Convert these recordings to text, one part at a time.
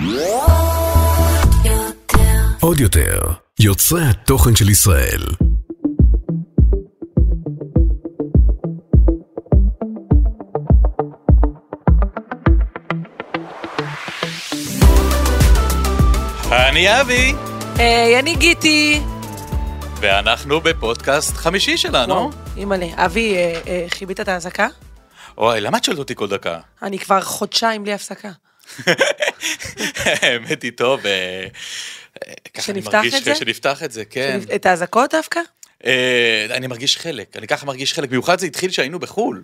עוד יותר, יוצרי התוכן של ישראל. אני אבי. אני גיטי. ואנחנו בפודקאסט חמישי שלנו. אימא'לה, אבי, חיבית את ההזקה? אוי, למה את שואלת אותי כל דקה? אני כבר חודשיים בלי הפסקה. האמת היא טוב. ככה אני מרגיש שנפתח את זה, כן. את ההזקות דווקא? אני מרגיש חלק, אני ככה מרגיש חלק. במיוחד זה התחיל שהיינו בחול.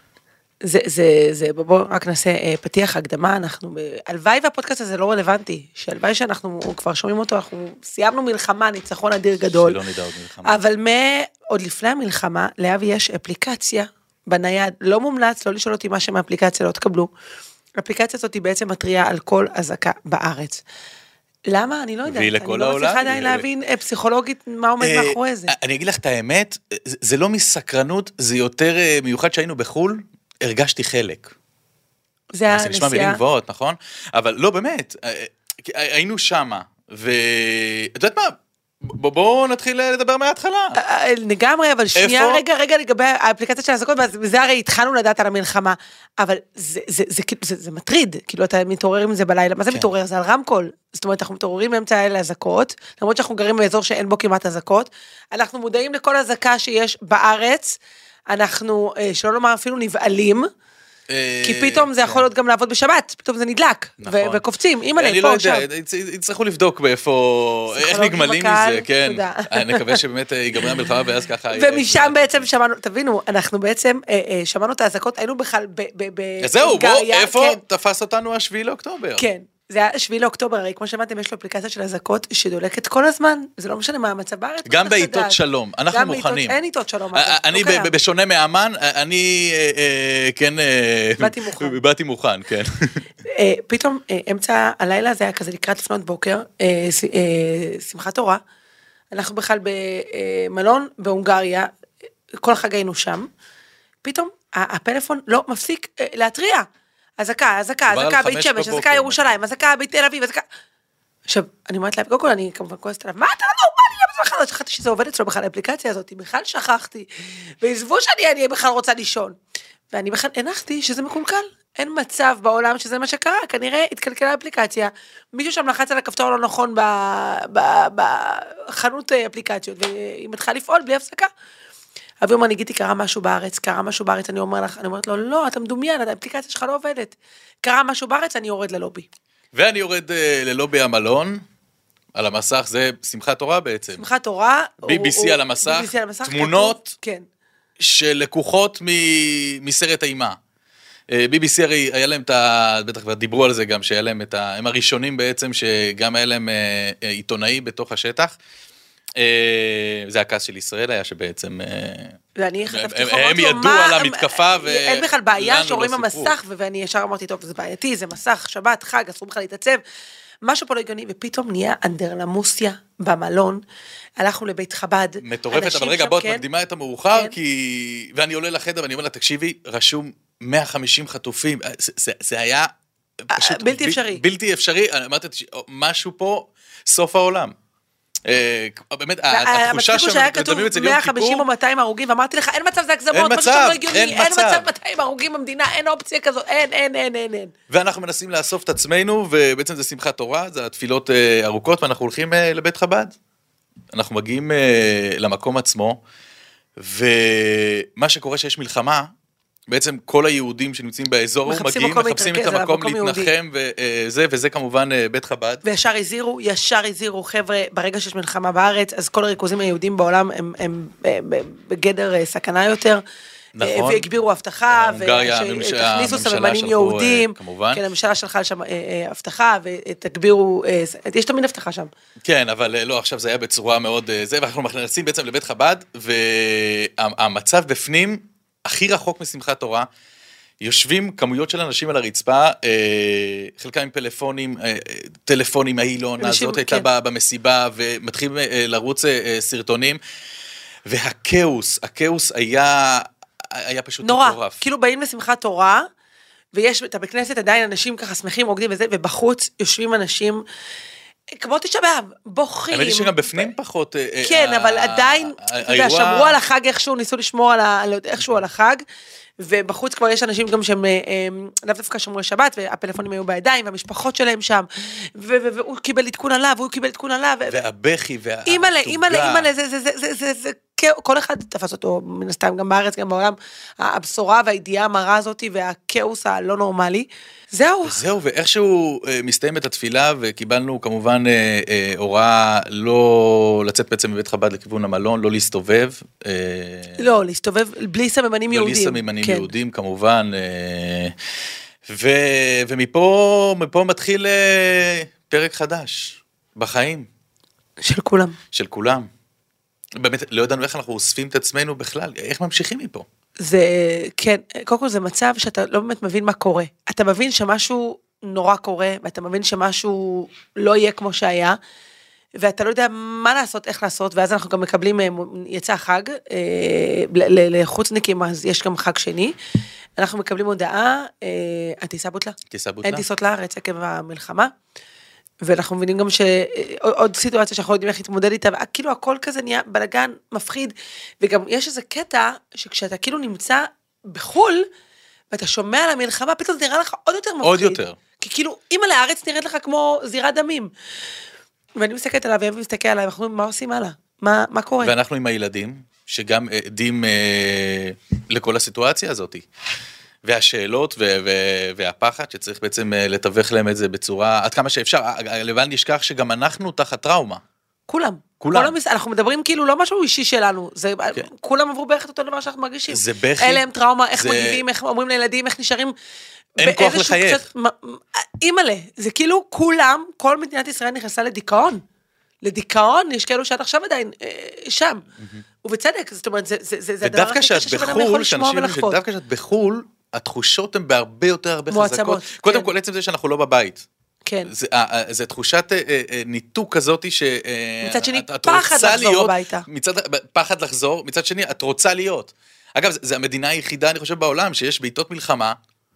בואו רק נעשה פתיח הקדמה, הלוואי והפודקאסט הזה לא רלוונטי, שהלוואי שאנחנו כבר שומעים אותו, אנחנו סיימנו מלחמה, ניצחון אדיר גדול. שלא נדע עוד מלחמה. אבל עוד לפני המלחמה, לאבי יש אפליקציה בנייד, לא מומלץ, לא לשאול אותי מה שם האפליקציה, לא תקבלו. האפליקציה הזאת היא בעצם מטריה על כל הזקה בארץ. למה? אני לא יודעת. אני לא מצליחה עדיין להבין פסיכולוגית מה עומד מאחורי זה. אני אגיד לך את האמת, זה לא מסקרנות, זה יותר מיוחד שהיינו בחול, הרגשתי חלק. זה הנסיעה. זה נשמע מילים גבוהות, נכון? אבל לא, באמת, היינו שמה, ואת יודעת מה? בואו נתחיל לדבר מההתחלה. לגמרי, אבל שנייה, רגע לגבי האפליקציה של ההזקות, וזה הרי התחלנו לדעת על המלחמה, אבל זה מטריד, כאילו אתה מתעורר עם זה בלילה, מה זה מתעורר? זה על רמקול, זאת אומרת, אנחנו מתעוררים באמצע האלה הזקות, למרות שאנחנו גרים באזור שאין בו כמעט הזקות, אנחנו מודעים לכל הזקה שיש בארץ, אנחנו, שלא לומר אפילו נבעלים, כי פתאום זה יכול להיות גם לעבוד בשבת, פתאום זה נדלק, וקופצים, אני לא יודע, יצטרכו לבדוק באיפה, איך נגמלים מזה, כן, נקווה שבאמת ייגמר המלחמה, ואז ככה... ומשם בעצם שמענו, תבינו, אנחנו בעצם שמענו את ההזקות, היינו בכלל זהו, בוא, איפה תפס אותנו השביעי לאוקטובר? כן. זה היה 7 לאוקטובר, הרי כמו שמעתם, יש לו אפליקציה של הזקות שדולקת כל הזמן, זה לא משנה מה המצב בארץ. גם בעיתות שלום, אנחנו מוכנים. אין עיתות שלום. אני בשונה מאמן, אני כן... באתי מוכן, כן. פתאום אמצע הלילה, זה היה כזה לקראת לפנות בוקר, שמחת תורה, אנחנו בכלל במלון בהונגריה, כל החג היינו שם, פתאום הפלאפון לא מפסיק להתריע. הזקה בית שמש, הזקה ירושלים, הזקה בית תל אביב, הזקה... עכשיו, אני אומרת להם, קודם אני כמובן כועסת עליו, מה אתה לא, בכלל, שכחתי שזה עובד אצלו בכלל האפליקציה הזאת, בכלל שכחתי, ועזבו שאני בכלל רוצה לישון, ואני בכלל הנחתי שזה מקולקל, אין מצב בעולם שזה מה שקרה, כנראה התקלקלה האפליקציה, מישהו שם לחץ על הכפתור לא נכון בחנות אפליקציות, והיא מתחילה לפעול בלי הפסקה. אבי אומר, ניגיתי, קרה משהו בארץ, אני אומרת לו, לא, אתה מדומיין, האפליקציה שלך לא עובדת. קרה משהו בארץ, אני יורד ללובי. ואני יורד ללובי המלון, על המסך, זה שמחת תורה בעצם. שמחת תורה. BBC על המסך, תמונות שלקוחות מסרט האימה. BBC הרי היה להם בטח כבר דיברו על זה גם, שהיה להם הם הראשונים בעצם, שגם היה להם עיתונאי בתוך השטח. זה הכעס של ישראל היה שבעצם הם ידעו על המתקפה אין בכלל בעיה שרואים המסך ואני ישר אמרתי טוב זה בעייתי זה מסך שבת חג אסור בכלל להתעצב משהו פה לא הגיוני ופתאום נהיה אנדרלמוסיה במלון הלכנו לבית חב"ד מטורפת אבל רגע בוא את מקדימה את המאוחר ואני עולה לחדר ואני אומר לה תקשיבי רשום 150 חטופים זה היה פשוט בלתי אפשרי אמרתי משהו פה סוף העולם באמת, התחושה שם, שהיה כתוב 150 או 200 הרוגים, ואמרתי לך, אין מצב, זה הגזמות, משהו שלא הגיוני, אין מצב 200 הרוגים במדינה, אין אופציה כזאת, אין. ואנחנו מנסים לאסוף את עצמנו, ובעצם זה שמחת תורה, זה התפילות ארוכות, ואנחנו הולכים לבית חב"ד. אנחנו מגיעים למקום עצמו, ומה שקורה שיש מלחמה, בעצם כל היהודים שנמצאים באזור מחפשים את המקום להתנחם, וזה כמובן בית חב"ד. וישר הזהירו, חבר'ה, ברגע שיש מלחמה בארץ, אז כל הריכוזים היהודים בעולם הם בגדר סכנה יותר, והגבירו הבטחה, ותכניסו סממנים יהודים, כן, הממשלה שלחה שם הבטחה, ותגבירו, יש תמיד הבטחה שם. כן, אבל לא, עכשיו זה היה בצורה מאוד, ואנחנו נכנסים בעצם לבית חב"ד, והמצב בפנים, הכי רחוק משמחת תורה, יושבים כמויות של אנשים על הרצפה, חלקם עם טלפונים, האילון, הזאת הייתה במסיבה, ומתחילים לרוץ סרטונים, והכאוס היה פשוט נורא, כאילו באים לשמחת תורה, ויש את הבית כנסת עדיין אנשים ככה שמחים, רוקדים וזה, ובחוץ יושבים אנשים, כמו תשעה באב, בוכים. האמת היא שגם בפנים פחות... כן, אבל עדיין, אתה יודע, שמרו על החג איכשהו, ניסו לשמור איכשהו על החג, ובחוץ כבר יש אנשים גם שהם לאו דווקא שמרו לשבת, והפלאפונים היו בידיים, והמשפחות שלהם שם, והוא קיבל עדכון עליו, והוא קיבל עדכון עליו. והבכי והתוגה. אימא'לה, זה כל אחד תפס אותו, מן הסתם, גם בארץ, גם בעולם, הבשורה והידיעה המרה הזאת, והכאוס הלא נורמלי. זהו, ואיכשהו מסתיים את התפילה, וקיבלנו כמובן הוראה לא לצאת בעצם מבית חב"ד לכיוון המלון, לא להסתובב. לא, להסתובב בלי סממנים יהודים. בלי סממנים יהודים, כמובן. ומפה מתחיל פרק חדש, בחיים. של כולם. באמת, לא ידענו איך אנחנו אוספים את עצמנו בכלל, איך ממשיכים מפה? כן, קודם כל זה מצב שאתה לא באמת מבין מה קורה. אתה מבין שמשהו נורא קורה, ואתה מבין שמשהו לא יהיה כמו שהיה, ואתה לא יודע מה לעשות, איך לעשות, ואז אנחנו גם מקבלים, יצא החג, לחוצניקים, אז יש גם חג שני, אנחנו מקבלים הודעה, הטיסה בוטלה. אין טיסות לארץ עקב המלחמה, ואנחנו מבינים גם שעוד סיטואציה שאנחנו יודעים איך להתמודד איתה, כאילו הכל כזה נהיה בלגן, מפחיד, וגם יש איזה קטע, שכשאתה כאילו נמצא בחול, ואתה שומע על המלחמה, פתאום זה נראה לך עוד יותר מפחיד. עוד יותר. כי כאילו, אמא לארץ נראית לך כמו זירת דמים. ואני מסתכלת עליו, והם מסתכל עליי, ואנחנו אומרים, מה עושים הלאה? מה קורה? ואנחנו עם הילדים, שגם עדים לכל הסיטואציה הזאת. והשאלות והפחד שצריך בעצם לתווך להם את זה בצורה, עד כמה שאפשר, לבל נשכח שגם אנחנו תחת טראומה. כולם. אנחנו מדברים כאילו לא משהו אישי שלנו, כולם עברו בערך את אותו דבר שאנחנו מרגישים. זה בכי. אלה הם טראומה, איך מגיבים, איך אומרים לילדים, איך נשארים. אין כוח לחייך. אימא'לה, זה כאילו כולם, כל מדינת ישראל נכנסה לדיכאון. לדיכאון, יש כאלו שעד עכשיו עדיין שם. ובצדק, זאת אומרת, זה הדבר הכי קשה שבן אדם יכול לשמוע ולחוות. ודווקא כשאת בחול, התחושות הן בהרבה יותר חזקות. קודם כל, עצם זה שאנחנו לא בבית. כן. זה תחושת ניתוק כזאת מצד שני, פחד לחזור הביתה. פחד לחזור, מצד שני, את רוצה להיות. אגב, זה המדינה היחידה, אני חושב, בעולם, שיש בעיתות מלחמה,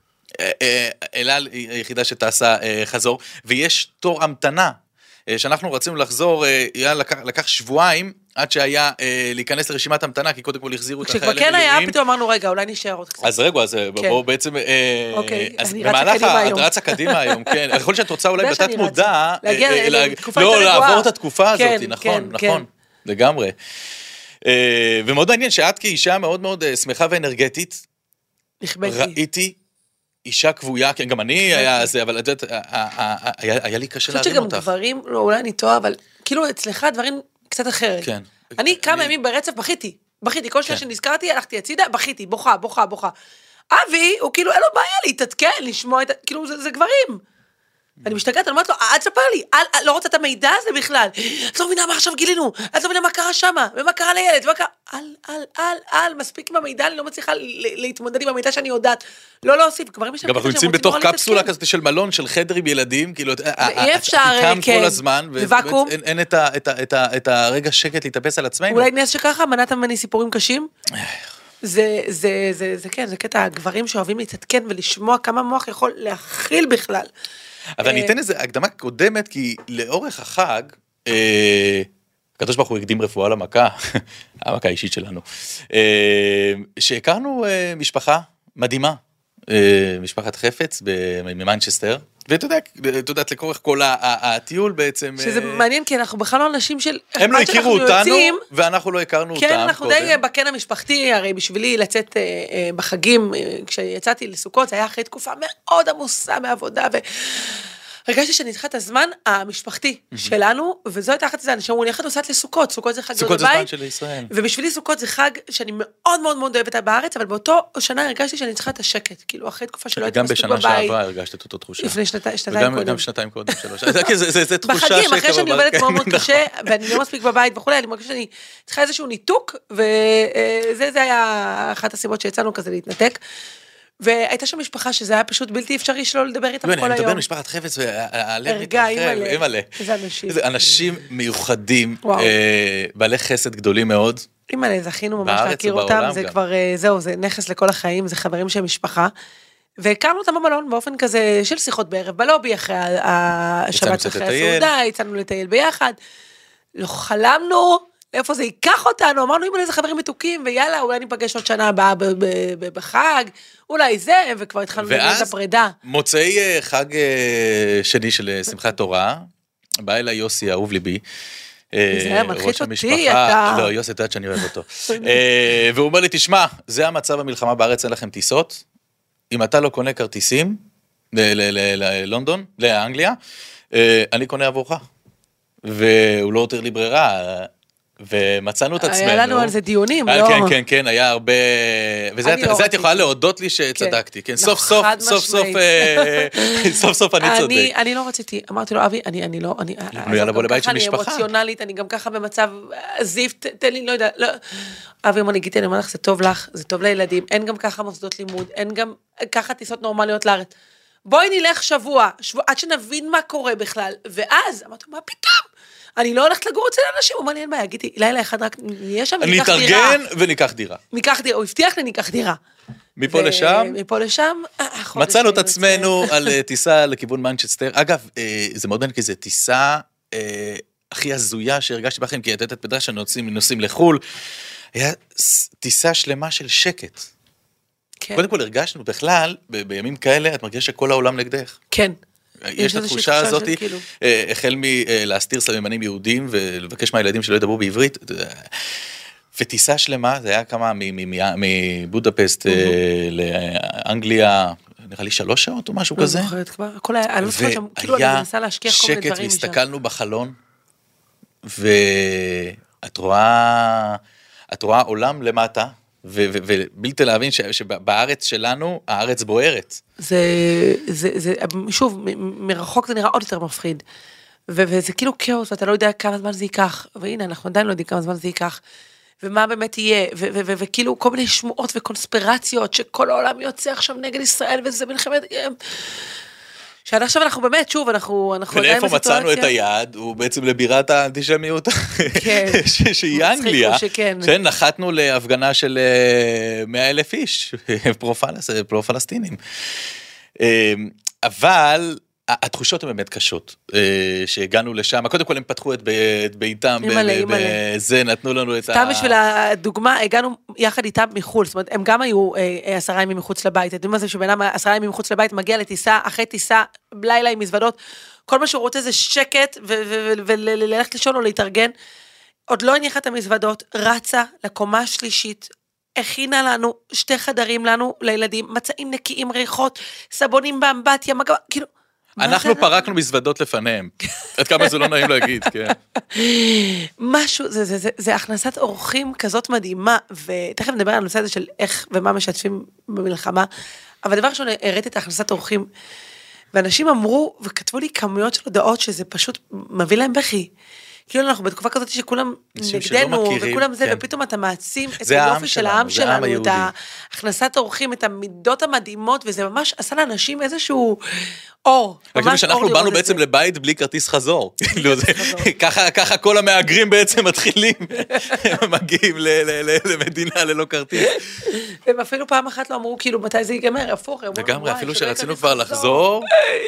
אלה היחידה שתעשה חזור, ויש תור המתנה, שאנחנו רצינו לחזור, לקח שבועיים, עד שהיה להיכנס לרשימת המתנה, כי קודם כל החזירו את החיילים כשכבר כן היה, פתאום אמרנו, רגע, אולי נשאר עוד קצת. אז רגע, אז בואו בעצם, אז במהלך את רצה קדימה היום, כן, יכול שאת רוצה אולי בתת מודע, לא, לעבור את התקופה הזאת, נכון, לגמרי. ומאוד מעניין שאת כאישה מאוד מאוד שמחה ואנרגטית, ראיתי אישה קבויה, כן, גם אני היה זה, אבל היה לי קשה להרים אותך. אני חושבת שגם גברים, אולי אני טועה, אבל כאילו אצלך דברים קצת אחרת. כן. אני כמה ימים ברצף בכיתי, כל שעה שנזכרתי, הלכתי הצידה, בכיתי, בוכה. אבי, הוא כאילו, אין לו בעיה להתעדכן, לשמוע את, כאילו, זה גברים. אני משתגעת, אני אומרת לו, אל תספר לי, לא רוצה את המידע הזה בכלל, את לא מבינה מה עכשיו גילינו, את לא מבינה מה קרה שמה, ומה קרה לילד, מספיק עם המידע, אני לא מצליחה להתמודד עם המידע שאני יודעת, לא להוסיף, גברים יש... גם אנחנו יוצאים בתוך קפסולה כזאת של מלון, של חדר עם ילדים, כאילו, אי אפשר, איתם כל הזמן, ואין את הרגע שקט להתאפס על עצמנו. אולי נס שככה, מנעת ממני סיפורים קשים? זה כן, זה קטע, הגברים שאוהבים להתעדכן ולשמוע כמה מוח יכול להכיל בכלל. אבל אני אתן איזו הקדמה קודמת, כי לאורך החג, הקדוש ברוך הוא הקדים רפואה למכה, המכה האישית שלנו, שהכרנו משפחה מדהימה, משפחת חפץ ממנצ'סטר, ואתה יודעת, לקורך כל הטיול בעצם... שזה מעניין, כי אנחנו בכלל לא אנשים של... הם לא הכירו אותנו, ואנחנו לא הכרנו אותם. כן, אנחנו די בקן המשפחתי, הרי בשבילי לצאת בחגים, כשיצאתי לסוכות, זה היה אחרי תקופה מאוד עמוסה מעבודה, הרגשתי שנדחה את הזמן המשפחתי שלנו, וזו הייתה אחת זה, אנשים אומרים, איך את נוסעת לסוכות? סוכות זה חג סוכות זה זמן של ישראל. ובשבילי סוכות זה חג שאני מאוד מאוד מאוד אוהבת בארץ, אבל באותו שנה הרגשתי שאני צריכה את השקט, כאילו אחרי תקופה שלא הייתי מספיק בבית. גם בשנה שעברה הרגשת את אותו תחושה. לפני שנתיים קודם. גם שנתיים קודם, שלוש. זה תחושה בחגים, אחרי שאני עובדת מאוד מאוד קשה, ואני לא מספיק בבית וכולי, אני מרגישה שאני צריכה איזשהו ניתוק, וזה היה אחת הסיבות שיצאנו כזה להתנתק. והייתה שם משפחה שזה היה פשוט בלתי אפשרי שלא לדבר איתם כל היום. אני מדבר משפחת חפץ והלב מתרחב, אימא'לה. איזה אנשים. איזה אנשים מיוחדים, בעלי חסד גדולים מאוד. אימא'לה, זכינו ממש להכיר אותם, זה כבר, זהו, זה נכס לכל החיים, זה חברים של משפחה. והכרנו אותם במלון באופן כזה של שיחות בערב, בלובי אחרי השבת אחרי הסעודה, יצאנו לטייל ביחד, לא חלמנו איפה זה ייקח אותנו, אמרנו אם איזה חברים מתוקים, ויאללה, אולי ניפגש עוד שנה הבאה בחג, אולי זה, וכבר התחלנו לדעת הפרידה. ואז מוצאי חג שני של שמחת תורה, בא אליי יוסי, אהוב ליבי, זה היה מלחיץ אותי, אתה... לא, יוסי, אתה יודעת שאני אוהב אותו. והוא אומר לי, תשמע, זה המצב המלחמה בארץ, אין לכם טיסות, אם אתה לא קונה כרטיסים ללונדון, לאנגליה, אני קונה עבורך. והוא לא הותיר לי ברירה, ומצאנו את עצמנו. היה לנו על זה דיונים, לא? כן, היה הרבה... וזה את יכולה להודות לי שצדקתי, כן, סוף סוף אני צודק. אני לא רציתי, אמרתי לו, אבי, אני לא, אני לבוא לבית של משפחה. אני אמוציונלית, אני גם ככה במצב זיף, תן לי, לא יודע, אבי, אני גיתי, אני אומר לך, זה טוב לך, זה טוב לילדים, אין גם ככה מוסדות לימוד, אין גם ככה טיסות נורמליות לארץ. בואי נלך שבוע, עד שנבין מה קורה בכלל, ואז, אמרתי, מה פתאום? אני לא הולכת לגור אצל אנשים, הוא אמר לי, אין בעיה, גידי, לילה אחד רק נהיה שם וניקח דירה. נתארגן וניקח דירה. הוא הבטיח לי, ניקח דירה. מפה לשם? מפה לשם. מצאנו את עצמנו על טיסה לכיוון מנצ'סטר. אגב, זה מאוד מעניין, כי זו טיסה הכי הזויה שהרגשתי בכם, כי את בדרך שנוסעים לחול, היה טיסה שלמה של שקט. קודם כל הרגשנו בכלל, בימים כאלה, את מרגישה שכל העולם נגדך. כן. יש את התחושה הזאת, החל מלהסתיר סממנים יהודים, ולבקש מהילדים שלא ידברו בעברית, וטיסה שלמה, זה היה כמה מבודפסט לאנגליה, נראה לי 3 שעות או משהו כזה. והיה שקט, והסתכלנו בחלון, ואת רואה עולם למטה, ובלתי להבין שבארץ שלנו, הארץ בוערת. שוב, מרחוק זה נראה עוד יותר מפחיד, וזה כאילו כאוס, ואתה לא יודע כמה זמן זה ייקח, והנה, אנחנו עדיין לא יודעים כמה זמן זה ייקח, ומה באמת יהיה, וכאילו כל מיני שמועות וקונספירציות, שכל העולם יוצא עכשיו נגד ישראל, וזה מלחמת... שעד עכשיו אנחנו באמת, שוב, אנחנו ולאיפה מצאנו את היעד, הוא בעצם לבירת האנטישמיות, שהיא אנגליה, שנחתנו להפגנה של 100,000 איש, פרו-פלסטינים. אבל התחושות הן באמת קשות, שהגענו לשם, קודם כל הם פתחו את ביתם, זה נתנו לנו את סתם בשביל הדוגמה, הגענו יחד איתם מחול, זאת אומרת, הם גם היו 10 ימים מחוץ לבית, אתם יודעים מה זה שבינם 10 ימים מחוץ לבית, מגיע לטיסה, אחרי טיסה, לילה עם מזוודות, כל מה שהוא רוצה זה שקט, וללכת לישון או להתארגן, עוד לא הניחה את המזוודות, רצה לקומה השלישית, הכינה לנו 2 חדרים לנו, לילדים, מצעים נקיים, ריחות, סבונים באמבטיה, כאילו, אנחנו פרקנו מזוודות לפניהם. עד כמה זה לא נעים להגיד, כן. משהו, זה הכנסת אורחים כזאת מדהימה, ותכף נדבר על הנושא הזה של איך ומה משתפים במלחמה, אבל דבר ראשון, הראיתי את הכנסת אורחים, ואנשים אמרו וכתבו לי כמויות של הודעות, שזה פשוט מביא להם בכי. כאילו אנחנו בתקופה כזאת שכולם נגדנו, וכולם זה, ופתאום אתה מעצים את היופי של העם שלנו, את הכנסת אורחים, את המידות המדהימות, וזה ממש עשה לאנשים איזשהו אור. רק שאנחנו באנו בעצם לבית בלי כרטיס חזור. ככה כל המאגרים בעצם מתחילים, מגיעים למדינה ללא כרטיס. הם אפילו פעם אחת לא אמרו, כאילו, מתי זה ייגמר, הפוך. לגמרי, אפילו שרצינו כבר לחזור.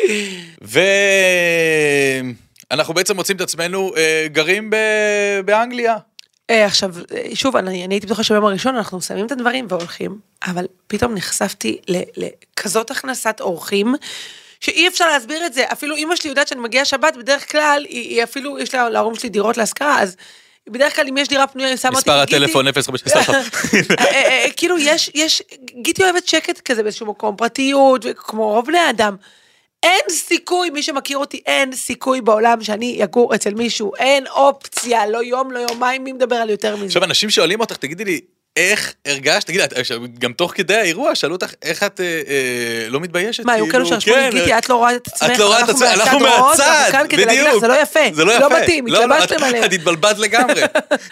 אנחנו בעצם מוצאים את עצמנו גרים באנגליה. עכשיו, שוב, אני הייתי בטוחה שביום הראשון אנחנו שמים את הדברים והולכים, אבל פתאום נחשפתי לכזאת הכנסת אורחים, שאי אפשר להסביר את זה, אפילו אמא שלי יודעת שאני מגיעה שבת, בדרך כלל, היא אפילו, יש לה להורים שלי דירות להשכרה, אז בדרך כלל אם יש דירה פנויה, היא שמה אותי, מספר הטלפון 05. כאילו גיטי אוהבת שקט כזה באיזשהו מקום, פרטיות, כמו רוב בני האדם, אין סיכוי, מי שמכיר אותי, אין סיכוי בעולם שאני יגור אצל מישהו, אין אופציה, לא יום, לא יומיים, מי מדבר על יותר מזה. עכשיו, אנשים שואלים אותך, תגידי לי, איך הרגשת, תגידי, גם תוך כדי האירוע, שאלו אותך, איך את לא מתביישת? מה, היו כאלו שרשמו לי, גיטי, את לא רואה את עצמך, אנחנו מהצד, כאן כדי להגיד לך, זה לא יפה, לא מתאים, התלבשתם עליהם. את התבלבלת לגמרי.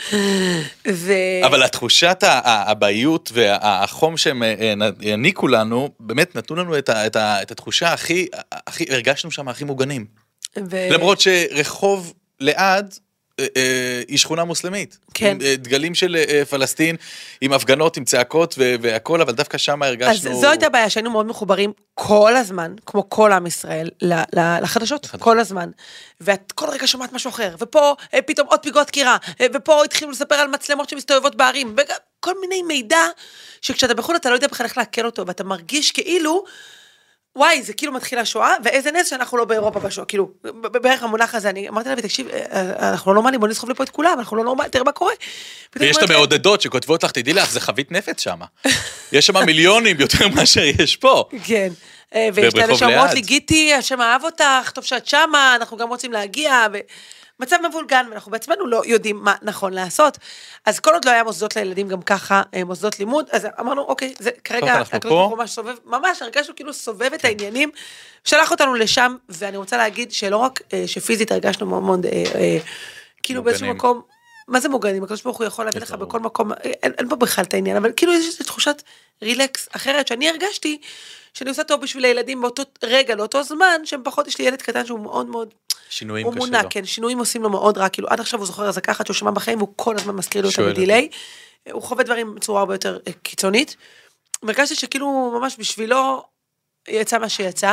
אבל התחושת הבעיות והחום שהם העניקו לנו, באמת נתנו לנו את התחושה הכי, הרגשנו שם הכי מוגנים. למרות שרחוב ליד, היא שכונה מוסלמית. כן. עם דגלים של פלסטין, עם הפגנות, עם צעקות והכל, אבל דווקא שם הרגשנו... אז זו הייתה בעיה, שהיינו מאוד מחוברים כל הזמן, כמו כל עם ישראל, לחדשות, כל הזמן. ואת כל רגע שומעת משהו אחר, ופה פתאום עוד פיגוע דקירה, ופה התחילו לספר על מצלמות שמסתובבות בערים, וכל מיני מידע, שכשאתה בחו"ל אתה לא יודע בכלל איך לעכל אותו, ואתה מרגיש כאילו, וואי, זה כאילו מתחילה שואה, ואיזה נס שאנחנו לא באירופה בשואה, כאילו, בערך המונח הזה, אני אמרתי לה, תקשיב, אנחנו לא נורמלים, בוא נסחוב לפה את כולם, אנחנו לא נורמלים, תראה מה קורה. ויש את המעודדות שכותבות לך, תדעי לך, זה חבית נפץ שם. יש שם מיליונים יותר מאשר יש פה. כן. ויש כאלה שאומרות לי, גיטי, השם אהב אותך, טוב שאת שמה, אנחנו גם רוצים להגיע, מצב מבולגן, ואנחנו בעצמנו לא יודעים מה נכון לעשות. אז כל עוד לא היה מוסדות לילדים גם ככה, מוסדות לימוד, אז אמרנו, אוקיי, זה כרגע, ממש הרגשנו כאילו סובב את העניינים, שלח אותנו לשם, ואני רוצה להגיד שלא רק שפיזית הרגשנו מאוד מאוד, כאילו באיזשהו מקום, מה זה מוגנים? הקדוש ברוך הוא יכול להביא לך בכל מקום, אין פה בכלל את העניין, אבל כאילו יש תחושת רילקס אחרת, שאני הרגשתי, שאני עושה טוב בשביל הילדים באותו רגע, לאותו זמן, שהם פחות, יש לי ילד קטן שהוא מאוד מאוד, שינויים הוא מונע, כן, שינויים עושים לו מאוד רע, כאילו עד עכשיו הוא זוכר אז לקחת שהוא שמע בחיים, והוא כל הזמן מזכיר לי אותה בדילי, הוא חווה דברים בצורה הרבה יותר קיצונית, מרגשתי שכאילו ממש בשבילו יצא מה שיצא,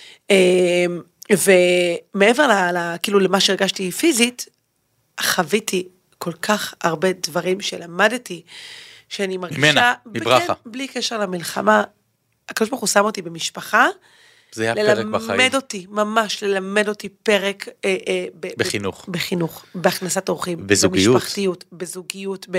ומעבר כאילו למה שהרגשתי פיזית, חוויתי כל כך הרבה דברים שלמדתי, שאני מרגישה, בלי קשר למלחמה, הקדוש ברוך הוא שם אותי במשפחה, זה היה פרק בחיים. ללמד אותי, ממש ללמד אותי פרק, בחינוך. בחינוך, בהכנסת אורחים. בזוגיות. במשפחתיות, בזוגיות,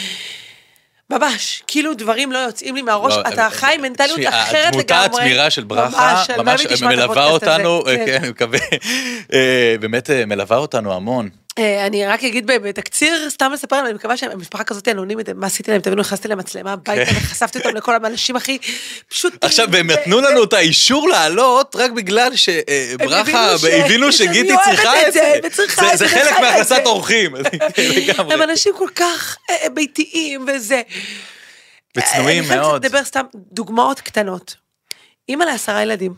ממש, כאילו דברים לא יוצאים לי מהראש, אתה חי מנטליות אחרת לגמרי. הדמותה התמירה של ברכה, ממש מלווה אותנו, כן, אני מקווה, באמת מלווה אותנו המון. אני רק אגיד בתקציר, סתם לספר, אני מקווה שהמשפחה כזאת אנונימית, מה עשיתי להם, תבינו, נכנסתי למצלמה הביתה, וחשפתי אותם לכל האנשים הכי פשוטים. עכשיו, והם נתנו לנו את האישור לעלות, רק בגלל שברכה, הבינו שגיטי צריכה את זה. זה חלק מהכנסת אורחים. הם אנשים כל כך ביתיים וזה. וצנועים מאוד. אני חייבת לדבר סתם דוגמאות קטנות. אמא ל10 ילדים.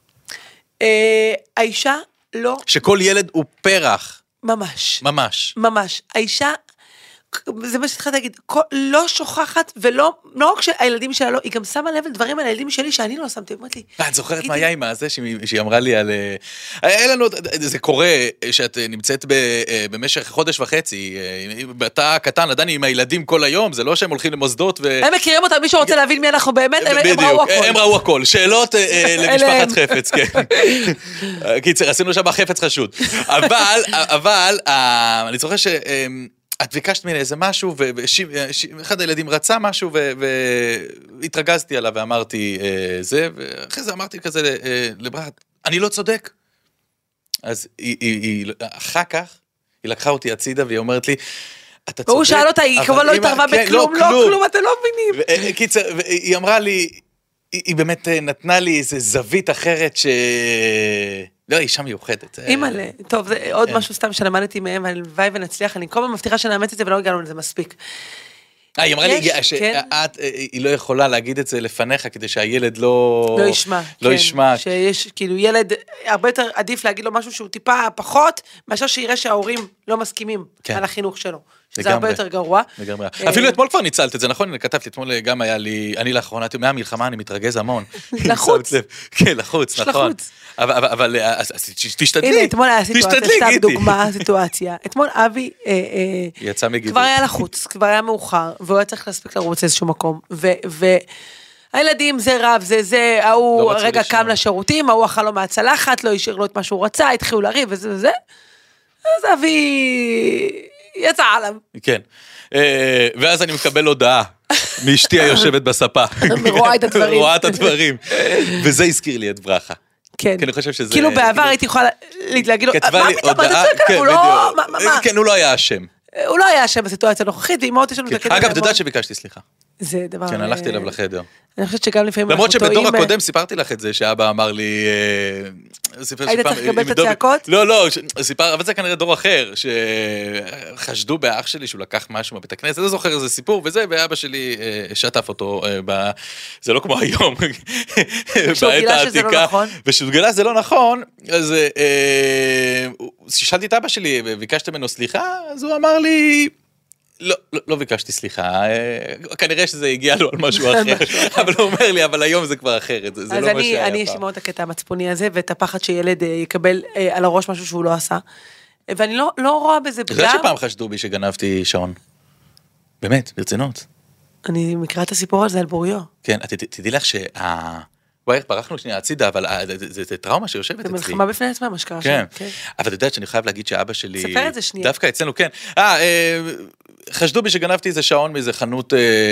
האישה לא... שכל ילד הוא פרח. ממש. ממש. ממש. האישה, זה מה שתחילת להגיד, לא שוכחת, ולא רק שהילדים שלה לא, היא גם שמה לב לדברים על הילדים שלי שאני לא שמתי, אמרתי לי. את זוכרת מה היה עם הזה שהיא אמרה לי על... היה לנו, זה קורה שאת נמצאת במשך חודש וחצי, בתא קטן, עדיין עם הילדים כל היום, זה לא שהם הולכים למוסדות ו... הם מכירים אותם, מי שרוצה להבין מי אנחנו באמת, הם ראו הכל. הם ראו הכל. שאלות למשפחת חפץ, כן. קיצר, עשינו שם חפץ חשוד. אבל, אני זוכר ש... את ביקשת ממני איזה משהו, ואחד הילדים רצה משהו, והתרגזתי עליו ואמרתי זה, ואחרי זה אמרתי כזה לברכה, אני לא צודק. אז אחר כך, היא לקחה אותי הצידה, והיא אומרת לי, אתה צודק. והוא שאל אותה, היא כמובן לא התערבה בכלום, לא כלום, אתם לא מבינים. קיצר, היא אמרה לי, היא באמת נתנה לי איזה זווית אחרת לא, אישה מיוחדת. אימא'לה, טוב, זה עוד משהו סתם שלמדתי מהם, הלוואי ונצליח, אני כל פעם מבטיחה שנאמץ את זה ולא הגענו לזה מספיק. היא אמרה לי שהיא לא יכולה להגיד את זה לפניך, כדי שהילד לא ישמע. שיש כאילו ילד, הרבה יותר עדיף להגיד לו משהו שהוא טיפה פחות, מאשר שיראה שההורים לא מסכימים על החינוך שלו. זה הרבה יותר גרוע. אפילו אתמול כבר ניצלת את זה, נכון? כתבתי אתמול גם היה לי, אני לאחרונה, מהמלחמה אני מתרגז המון. לחוץ. כן, לחוץ, נכון. אבל תשתדלי. הנה, אתמול היה סיטואציה, סתם דוגמה, סיטואציה. אתמול אבי יצא מגידול. כבר היה לחוץ, כבר היה מאוחר, והוא היה צריך להספיק לרוץ איזשהו מקום. והילדים זה רב, זה, ההוא רגע קם לשירותים, ההוא אכל לו מהצלחת, לא השאיר לו את מה שהוא רצה, התחילו לריב וזה וזה. אז אבי... יצא עליו. כן. ואז אני מקבל הודעה מאשתי היושבת בספה. ורואה את הדברים. רואה את הדברים. וזה הזכיר לי את ברכה. כן. כי אני חושב שזה... כאילו בעבר הייתי יכולה להגיד לו, מה פתאום, כן, הוא לא היה אשם. הוא לא היה אשם בסיטואציה הנוכחית, ואימהות יש לנו את הקטע. אגב, אתה יודעת שביקשתי סליחה. זה דבר... כן, הלכתי אליו לחדר. אני חושבת שגם לפעמים... למרות שבדור הקודם סיפרתי לך את זה, שאבא אמר לי... היית צריך לקבל את הצעקות? לא, אבל זה כנראה דור אחר, שחשדו באח שלי שהוא לקח משהו מבית הכנסת, אני זוכר איזה סיפור וזה, ואבא שלי שטף אותו, זה לא כמו היום, כשהוא גילה שזה לא נכון. וכשהוא גילה שזה לא נכון, אז כששאלתי את אבא שלי, וביקשתי ממנו סליחה, אז הוא אמר לי, לא ביקשתי סליחה, כנראה שזה הגיע לו על משהו אחר, אבל הוא אומר לי, אבל היום זה כבר אחרת, זה לא מה שהיה פעם. אז אני אשמע את הקטע המצפוני הזה, ואת הפחד שילד יקבל על הראש משהו שהוא לא עשה, ואני לא רואה בזה פגם. אתה יודע שפעם חשדו בי שגנבתי שעון? באמת, ברצינות. אני מכירה את הסיפור הזה על בוריו. כן, תדעי לך וואי, ברחנו שנייה הצידה, אבל זה טראומה שיושבת אצלי. זה מלחמה בפני עצמה, מה שקרה שם. כן. אבל אתה יודעת שאני חייב להגיד שאבא שלי... ספר את זה שנייה. דווקא אצלנו, כן. חשדו בי שגנבתי איזה שעון מאיזה חנות...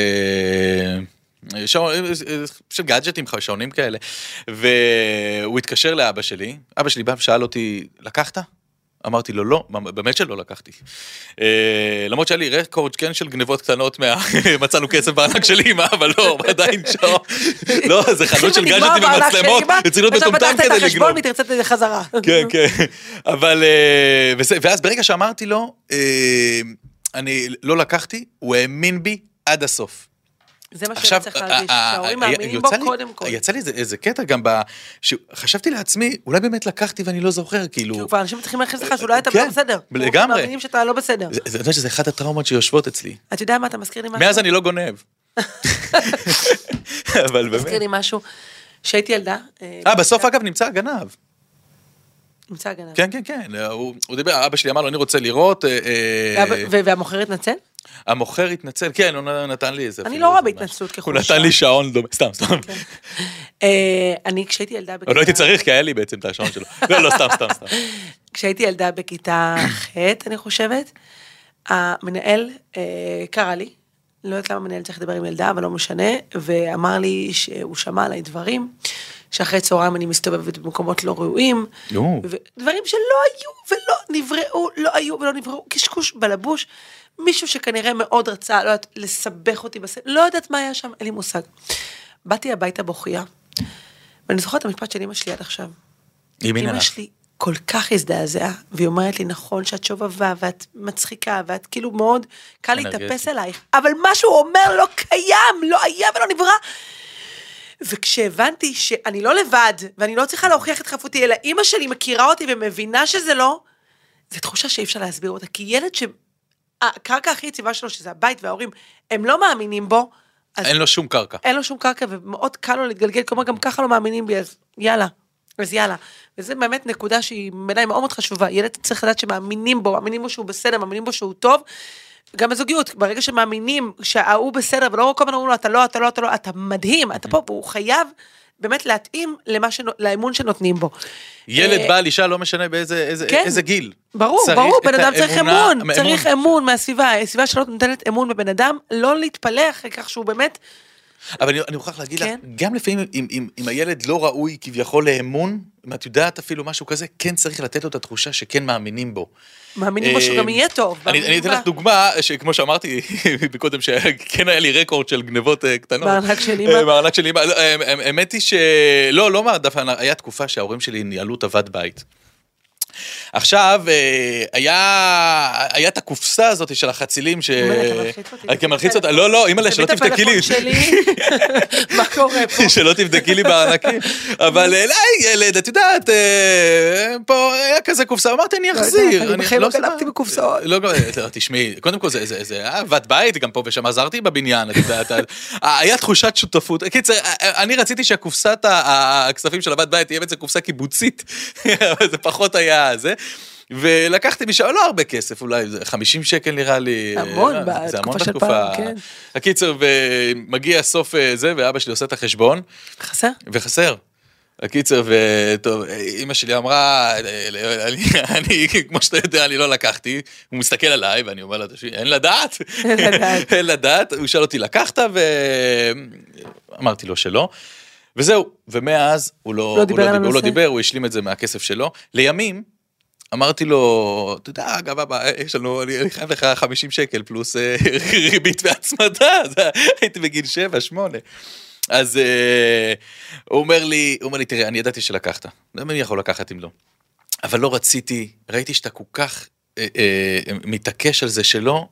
של גאדג'טים, שעונים כאלה. והוא התקשר לאבא שלי. אבא שלי בא ושאל אותי, לקחת? אמרתי לו, לא, באמת שלא לקחתי. למרות שהיה לי רקורד כן של גנבות קטנות, מצאנו כסף בארנק של אמא, אבל לא, עדיין שעון. לא, זה חנות של גאדג'טים ומצלמות, צריך להיות מטומטם כדי לגנוב. את החשבון מתרצת את זה חזרה. כן, כן. אבל, ואז ברגע שאמרתי לו, אני לא לקחתי, הוא האמין בי עד הסוף. זה מה שצריך להרגיש, שההורים מאמינים בו קודם כל. יצא לי איזה קטע גם שחשבתי לעצמי, אולי באמת לקחתי ואני לא זוכר, כאילו... כבר אנשים צריכים להכניס לך שאולי אתה לא בסדר. לגמרי. מאמינים שאתה לא בסדר. אתה יודע שזה אחת הטראומות שיושבות אצלי. אתה יודע מה, אתה מזכיר לי משהו? מאז אני לא גונב. אבל באמת. מזכיר לי משהו, שהייתי ילדה. בסוף אגב נמצא הגנב. נמצא הגנב. כן, כן, כן. הוא דיבר, אבא שלי אמר לו, אני רוצה לראות... והמוכר התנצל? המוכר התנצל, כן, הוא נתן לי איזה... אני לא רואה בהתנצלות כחושה. הוא נתן לי שעון דומה, סתם. אני כשהייתי ילדה בכיתה... לא הייתי צריך, כי היה לי בעצם את השעון שלו. לא, סתם. כשהייתי ילדה בכיתה ח', אני חושבת, המנהל קרא לי, לא יודעת למה המנהל צריך לדבר עם ילדה, אבל לא משנה, ואמר לי שהוא שמע עליי דברים, שאחרי צהריים אני מסתובבת במקומות לא ראויים, ודברים שלא היו ולא נבראו, לא היו ולא נבראו, קשקוש בלבוש, מישהו שכנראה מאוד רצה, לא יודעת, לסבך אותי בסדר, לא יודעת מה היה שם, אין לי מושג. באתי הביתה בוכייה, ואני זוכרת את המשפט של אמא שלי עד עכשיו. אמא שלי כל כך הזדעזעה, והיא אומרת לי, נכון שאת שובבה, ואת מצחיקה, ואת כאילו מאוד קל להתאפס אלייך, אבל משהו אומר לא קיים, לא היה ולא נברא. וכשהבנתי שאני לא לבד, ואני לא צריכה להוכיח את חפותי, אלא אמא שלי מכירה אותי ומבינה שזה לא, זו תחושה שאי אפשר להסביר אותה, כי ילד הקרקע הכי יציבה שלו, שזה הבית וההורים, הם לא מאמינים בו. אין לו שום קרקע. אין לו שום קרקע, ומאוד קל לו להתגלגל, כלומר גם ככה לא מאמינים בי, אז יאללה. וזה באמת נקודה שהיא בעיניי מאוד מאוד חשובה. ילד צריך לדעת שמאמינים בו, מאמינים בו שהוא בסדר, מאמינים בו שהוא טוב, גם בזוגיות, ברגע שמאמינים שהוא בסדר, ולא כל הזמן אומרים לו, אתה לא, אתה מדהים, אתה פה, והוא חייב באמת להתאים לאמון שנותנים בו. ילד בעל אישה לא משנה באיזה גיל. ברור, בן אדם צריך אמון מהסביבה, הסביבה שלא נותנת אמון בבן אדם, לא להתפלח כך שהוא באמת... אבל אני מוכרח להגיד לך, גם לפעמים אם הילד לא ראוי כביכול לאמון, אם את יודעת אפילו משהו כזה, כן צריך לתת לו את התחושה שכן מאמינים בו. מאמינים בו שגם יהיה טוב. אני אתן לך דוגמה, שכמו שאמרתי בקודם, שכן היה לי רקורד של גנבות קטנות. בארנק של אמא. האמת היא שלא, דווקא היה תקופה שההורים שלי ניהלו תוות בית. עכשיו, היה את הקופסה הזאת של החצילים מלחיץ אותה, לא, אימא'לה, שלא תבדקי לי. מה קורה פה? שלא תבדקי לי בארנקים. אבל אליי, ילד, את יודעת, פה היה כזה קופסה, אמרתי, אני אחזיר. אני בחיים לא גנבתי בקופסאות. לא, תשמעי, קודם כל זה אהבת בית, גם פה ושם עזרתי בבניין, את יודעת, היה תחושת שותפות. קיצר, אני רציתי שהקופסת הכספים של אהבת בית תהיה בעצם קופסה קיבוצית, אבל זה פחות היה זה, ולקחתי משם, לא הרבה כסף, אולי 50 שקל נראה לי. המון, בתקופה של פעם, כן. הקיצר, ומגיע סוף זה, ואבא שלי עושה את החשבון. וחסר. הקיצר, וטוב, אמא שלי אמרה, אני, כמו שאתה יודע, אני לא לקחתי, הוא מסתכל עליי, ואני אומר לה, אין לדעת, אין לדעת, הוא שאל אותי, לקחת, ואמרתי לו שלא. וזהו, ומאז הוא לא דיבר, הוא השלים את זה מהכסף שלו. לימים, אמרתי לו, אתה יודע, אגב, יש לנו, אני חייב לך 50 שקל פלוס ריבית והצמדה, הייתי בגיל 7-8. אז הוא אומר לי, תראה, אני ידעתי שלקחת, אני יכול לקחת אם לא. אבל לא רציתי, ראיתי שאתה כל כך מתעקש על זה שלא,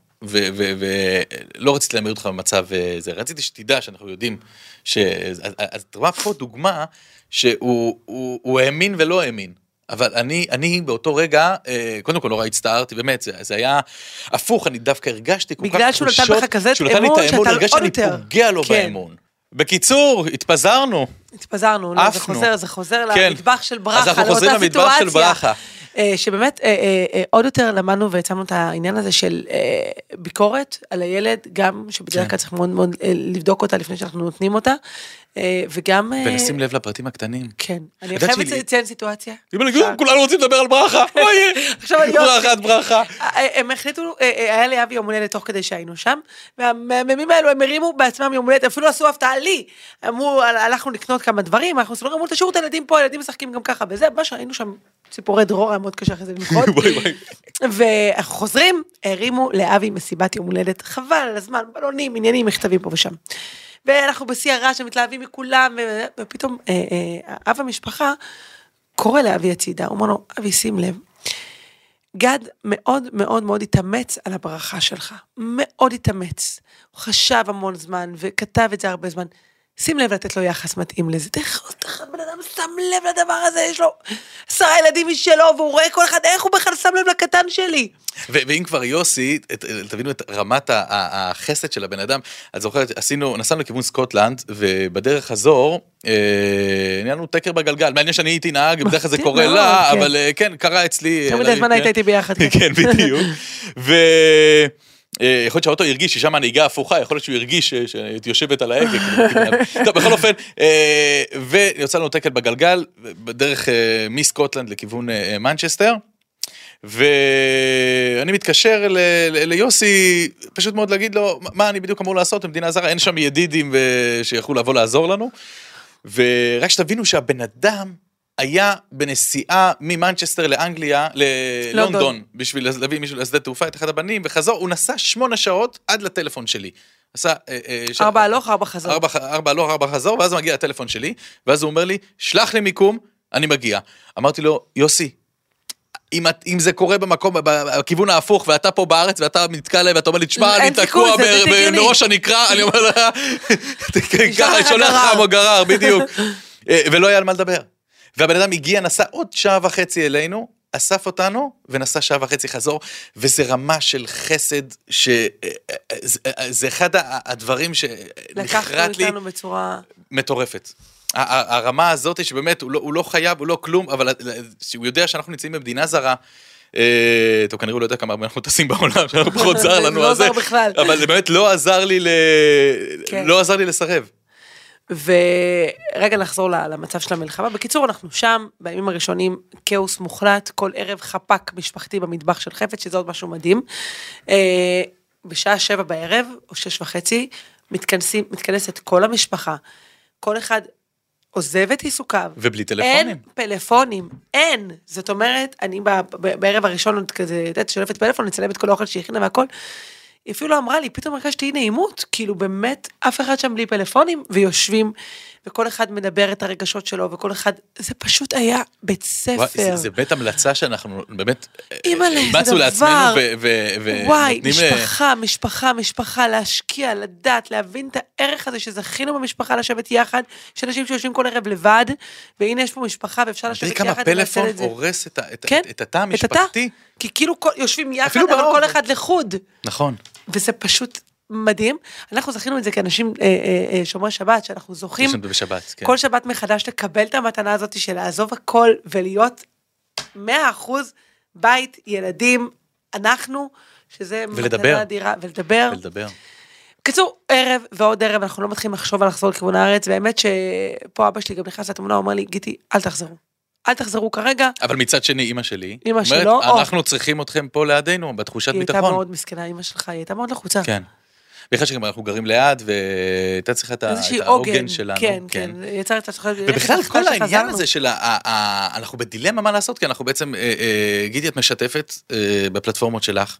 ולא רציתי להעמיד אותך במצב זה. רציתי שתדע שאנחנו יודעים אז תראה פה דוגמה שהוא האמין ולא האמין. אבל אני באותו רגע, קודם כל נורא הצטערתי, באמת, זה היה הפוך, אני דווקא הרגשתי כל כך בגלל שהוא נתן בך כזה אמון, שאתה עוד יותר. הרגשתי שאני פוגע לו באמון. בקיצור, התפזרנו, זה חוזר למטבח של ברכה, אז אנחנו חוזרים למטבח של ברכה. שבאמת עוד יותר למדנו והצמנו את העניין הזה של ביקורת על הילד, גם שבדרך כלל צריך מאוד מאוד לבדוק אותה לפני שאנחנו נותנים אותה, וגם... ולשים לב לפרטים הקטנים. כן, אני חייבת לציין סיטואציה. כולנו רוצים לדבר על ברכה, מה יהיה? ברכה. הם החליטו, היה לי אבי יום הולדת תוך כדי שהיינו שם, והמאמנים האלו הם הרימו בעצמם יום הולדת, אפילו עשו הפתעה לי, אמרו, הלכנו לקנות כמה דברים, אנחנו סלורים, אמרו, תשאירו את הילדים פה, הילדים משחקים גם ככה, וזה, מה שהיינו שם, ציפורי דרור, היה מאוד קשה אחרי זה לנחות, ואנחנו חוזרים, הרימו לאבי מסיבת יום הולדת, חבל על הזמן, בלונים, עניינים, מכתבים פה ושם. ואנחנו בשיא הרעש, שמתלהבים מכולם, ופתאום אב המשפחה קורא לאבי הצידה, הוא אומר לו, אבי, שים לב, גד מאוד מאוד מאוד התאמץ על הברכה שלך, מאוד התאמץ, הוא חשב המון זמן, וכתב את זה הרבה זמן, שים לב לתת לו יחס מתאים לזה, איך בן אדם שם לב לדבר הזה, יש לו 10 ילדים משלו, והוא רואה כל אחד, איך הוא בכלל שם לב לקטן שלי. ואם כבר יוסי, תבינו את רמת החסד של הבן אדם, את זוכרת, נסענו לכיוון סקוטלנד, ובדרך חזור, נהיה לנו תקר בגלגל, מעניין שאני הייתי נהג, בדרך כלל זה קורה לה, אבל כן, קרה אצלי. תמיד הזמן היית איתי ביחד. כן, בדיוק. יכול להיות שהאוטו הרגיש ששם הנהיגה הפוכה, יכול להיות שהוא הרגיש שהייתי יושבת על ההגה. טוב, בכל אופן, ויוצא לנו תקל בגלגל, בדרך מסקוטלנד לכיוון מנצ'סטר, ואני מתקשר ליוסי, פשוט מאוד להגיד לו, מה אני בדיוק אמור לעשות במדינה זרה, אין שם ידידים שיכולו לבוא לעזור לנו, ורק שתבינו שהבן אדם, היה בנסיעה ממנצ'סטר לאנגליה, ללונדון, בשביל להביא מישהו לשדה תעופה, את אחד הבנים, וחזור, הוא נסע 8 שעות עד לטלפון שלי. עשה... 4 הלוך, 4 חזור. 4 הלוך, 4 חזור, ואז הוא מגיע לטלפון שלי, ואז הוא אומר לי, שלח לי מיקום, אני מגיע. אמרתי לו, יוסי, אם זה קורה במקום, בכיוון ההפוך, ואתה פה בארץ, ואתה מתקע להם, ואתה אומר לי, תשמע, אני תקוע בראש הנקרא, אני אומר לך, ככה שולח לך מגרר, בדיוק. ולא היה על מה לדבר. והבן אדם הגיע, נסע עוד 1.5 שעה אלינו, אסף אותנו, ונסע 1.5 שעה חזור, וזה רמה של חסד, זה אחד הדברים שנחרט לי, בצורה... מטורפת. הרמה הזאת שבאמת, הוא לא חייב, הוא לא כלום, אבל הוא יודע שאנחנו נמצאים במדינה זרה, טוב, כנראה הוא לא יודע כמה הרבה אנחנו טסים בעולם, שאנחנו פחות זר לנו על זה, אבל זה באמת לא עזר לי לסרב. ורגע נחזור למצב של המלחמה. בקיצור, אנחנו שם, בימים הראשונים, כאוס מוחלט, כל ערב חפק משפחתי במטבח של חפץ, שזה עוד משהו מדהים. בשעה 7 בערב, או 6:30, מתכנסת כל המשפחה. כל אחד עוזב את עיסוקיו. ובלי טלפונים. אין פלאפונים, אין. זאת אומרת, אני בערב הראשון, כזה, שולפת פלאפון, נצלם את כל האוכל שהכינה והכל, היא אפילו אמרה לי, פתאום הרגשתי נעימות, כאילו באמת אף אחד שם בלי פלאפונים, ויושבים, וכל אחד מדבר את הרגשות שלו, וכל אחד, זה פשוט היה בית ספר. זה בית המלצה שאנחנו באמת, מצאו לעצמנו, וואי, משפחה, להשקיע, לדעת, להבין את הערך הזה, שזכינו במשפחה לשבת יחד, יש אנשים שיושבים כל ערב לבד, והנה יש פה משפחה, ואפשר לשבת יחד. כמה פלאפון הורס את התא המשפחתי. כי כאילו יושבים יחד, אבל כל אחד לחוד. נכון. וזה פשוט מדהים. אנחנו זכינו את זה כאנשים שומרי שבת, שאנחנו זוכים כל שבת מחדש לקבל את המתנה הזאת של לעזוב הכל ולהיות 100% בית, ילדים, אנחנו, שזה מתנה אדירה, ולדבר. בקיצור, ערב ועוד ערב, אנחנו לא מתחילים לחשוב על לחזור לכיוון הארץ, והאמת שפה אבא שלי גם נכנס לתמונה, הוא אומר לי, גיטי, אל תחזרו כרגע. אבל מצד שני, אמא שלי, אומרת, אנחנו צריכים אתכם פה לידינו, בתחושת ביטחון. היא הייתה מאוד מסכנה, אמא שלך, היא הייתה מאוד לחוצה. כן. בכלל שגם אנחנו גרים ליד, והייתה צריכה את העוגן שלנו. כן, יצרת את זה. ובכלל כל העניין הזה של, אנחנו בדילמה מה לעשות, כי אנחנו בעצם, גידי, את משתפת בפלטפורמות שלך,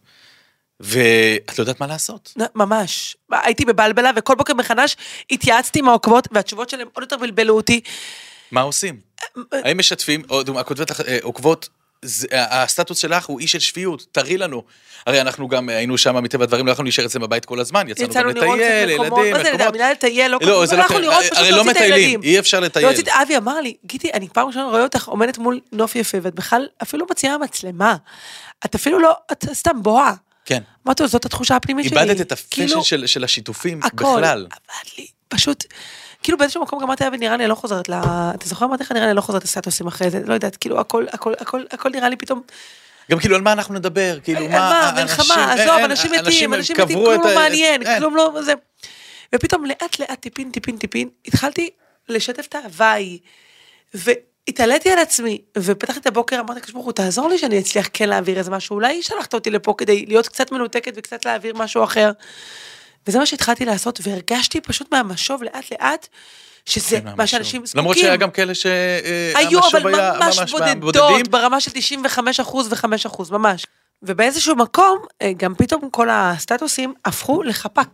ואת לא יודעת מה לעשות. ממש. הייתי בבלבלה, וכל בוקר מחדש התייעצתי עם העוקבות, והתשובות שלהם עוד יותר בלבלו אותי. מה עושים? האם משתפים, עוקבות הסטטוס שלך הוא איש של שפיות, תראי לנו. הרי אנחנו גם היינו שם מטבע הדברים, לא יכולנו להישאר אצלם בבית כל הזמן, יצאנו גם לטייל, ילדים, מה זה, המילה לטייל, לא, הרי לא מטיילים, אי אפשר לטייל. אבי אמר לי, גיטי, אני פעם ראשונה רואה אותך עומדת מול נוף יפה, ואת בכלל אפילו מציעה מצלמה, את אפילו לא, את סתם בואה. כן. אמרתי לו, זאת התחושה הפנימית שלי. איבדת את הפשן של השיתופים בכלל. עבד לי, פשוט, כאילו באיזשהו מקום גמרתי היה ונראה לי, לא חוזרת אתה זוכר אמרתי לך, נראה לי, לא חוזרת לסטטוסים אחרי זה, לא יודעת, כאילו, הכל נראה לי פתאום, גם כאילו על מה אנחנו נדבר, כאילו מה, מלחמה, עזוב, אנשים מתים, כלום לא מעניין, כלום לא, זה, ופתאום לאט, טיפין, התחלתי לשתף את ההוואי, והתעליתי על עצמי, ופתחתי את הבוקר, אמרתי, כשבוכו, תעזור לי שאני אצליח כן להעביר איזה משהו, אולי שלחת אותי לפה כדי להיות קצת מנותקת, וקצת להעביר משהו אחר, וזה מה שהתחלתי לעשות, והרגשתי פשות מהמשוב לאט, שזה מה שאנשים זקוקים. למרות שהיה גם כאלה היו, אבל ממש בודדות, ברמה של 95% ו5%, ממש. ובאיזשהו מקום, גם פתאום כל הסטטוסים הפכו לחפק.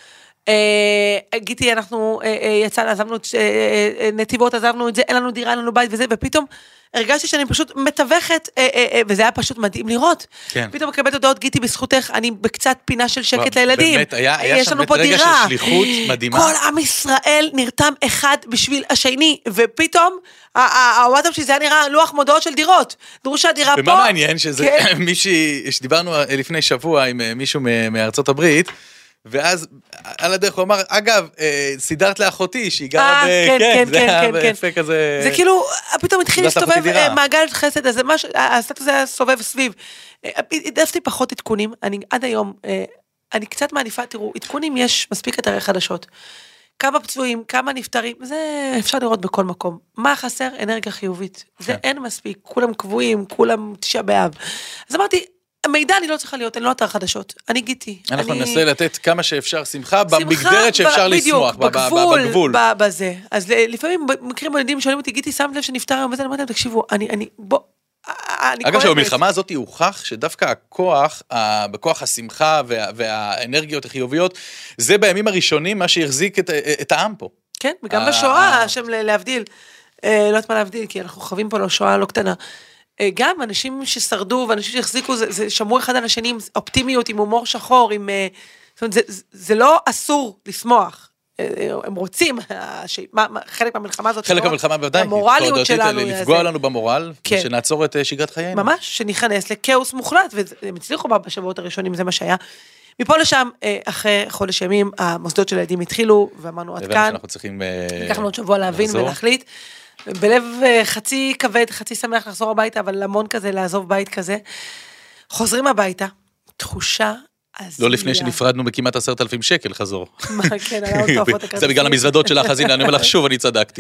גיטי, אנחנו יצאנו, עזבנו נתיבות, עזבנו את זה, אין לנו דירה, אין לנו בית וזה, ופתאום הרגשתי שאני פשוט מתווכת, וזה היה פשוט מדהים לראות. פתאום מקבלת הודעות, גיטי, בזכותך, אני בקצת פינה של שקט לילדים. באמת, היה שם רגע של שליחות מדהימה. כל עם ישראל נרתם אחד בשביל השני, ופתאום, הוואטסאפ שלי זה היה נראה לוח מודעות של דירות. דרושה דירה פה. ומה מעניין שזה מישהי, שדיברנו לפני שבוע עם מישהו מארצות הברית, ואז על הדרך הוא אמר, אגב, סידרת לאחותי שהיא גרה כן, זה היה יפה כזה. זה כאילו, פתאום התחיל להסתובב מעגל חסד, אז הסטטוס היה סובב סביב. העדפתי פחות עדכונים, אני עד היום, אני קצת מעניפה, תראו, עדכונים יש מספיק אתרי חדשות. כמה פצועים, כמה נפטרים, זה אפשר לראות בכל מקום. מה חסר? אנרגיה חיובית. זה אין מספיק, כולם קבועים, כולם 9 באב. אז אמרתי, המידע אני לא צריכה להיות, אני לא אתר חדשות, אני גיטי. אנחנו ננסה לתת כמה שאפשר שמחה, במגדרת שאפשר לשמוח, בגבול. בזה. אז לפעמים במקרים בודדים שואלים אותי, גיטי, שמת לב שנפטר היום וזה, אני אומרת להם, תקשיבו, אגב, שבמלחמה הזאת הוכח שדווקא הכוח, בכוח השמחה והאנרגיות החיוביות, זה בימים הראשונים מה שהחזיק את העם פה. כן, וגם בשואה, השם להבדיל, לא יודעת מה להבדיל, כי אנחנו חווים פה לשואה לא קטנה. גם אנשים ששרדו ואנשים שהחזיקו, זה שמרו אחד על השני עם אופטימיות, עם הומור שחור, זאת אומרת, זה לא אסור לשמוח. הם רוצים, חלק מהמלחמה הזאת, חלק מהמלחמה בוודאי, המורליות שלנו, לפגוע לנו במורל, שנעצור את שגרת חיינו. ממש, שנכנס לכאוס מוחלט, והם הצליחו בשבועות הראשונים, זה מה שהיה. מפה לשם, אחרי חודש ימים, המוסדות של הילדים התחילו, ואמרנו עד כאן, לקחנו עוד שבוע להבין ולהחליט, בלב חצי כבד, חצי שמח לחזור הביתה, אבל המון כזה, לעזוב בית כזה, חוזרים הביתה, תחושה לא לפני שנפרדנו בכמעט 10,000 שקל חזור. כן, עלה עוד תופעות הכרטיסים. זה בגלל המזוודות שלך, אז הנה, אני אומר לך שוב, אני צדקתי.